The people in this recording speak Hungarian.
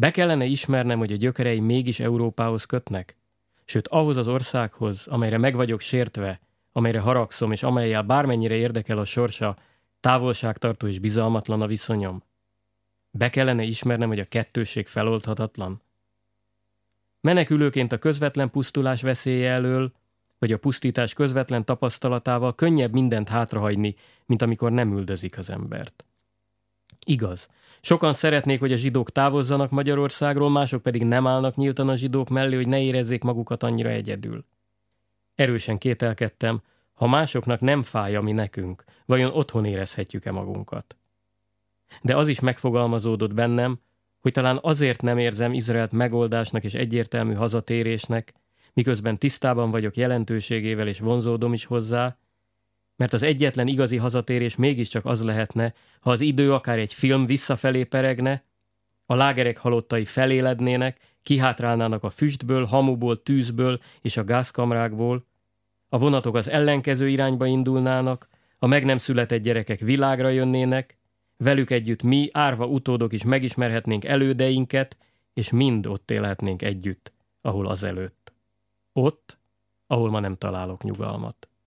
Be kellene ismernem, hogy a gyökereim mégis Európához kötnek? Sőt, ahhoz az országhoz, amelyre meg vagyok sértve, amelyre haragszom, és amellyel bármennyire érdekel a sorsa, távolságtartó és bizalmatlan a viszonyom? Be kellene ismernem, hogy a kettősség feloldhatatlan? Menekülőként a közvetlen pusztulás veszélye elől, vagy a pusztítás közvetlen tapasztalatával könnyebb mindent hátrahagyni, mint amikor nem üldözik az embert. Igaz, sokan szeretnék, hogy a zsidók távozzanak Magyarországról, mások pedig nem állnak nyíltan a zsidók mellé, hogy ne érezzék magukat annyira egyedül. Erősen kételkedtem, ha másoknak nem fáj, ami nekünk, vajon otthon érezhetjük-e magunkat? De az is megfogalmazódott bennem, hogy talán azért nem érzem Izraelt megoldásnak és egyértelmű hazatérésnek, miközben tisztában vagyok jelentőségével és vonzódom is hozzá, mert az egyetlen igazi hazatérés mégiscsak az lehetne, ha az idő akár egy film visszafelé peregne, a lágerek halottai felélednének, kihátrálnának a füstből, hamuból, tűzből és a gázkamrákból, a vonatok az ellenkező irányba indulnának, a meg nem született gyerekek világra jönnének, velük együtt mi, árva utódok is megismerhetnénk elődeinket, és mind ott élhetnénk együtt, ahol azelőtt. Ott, ahol ma nem találok nyugalmat.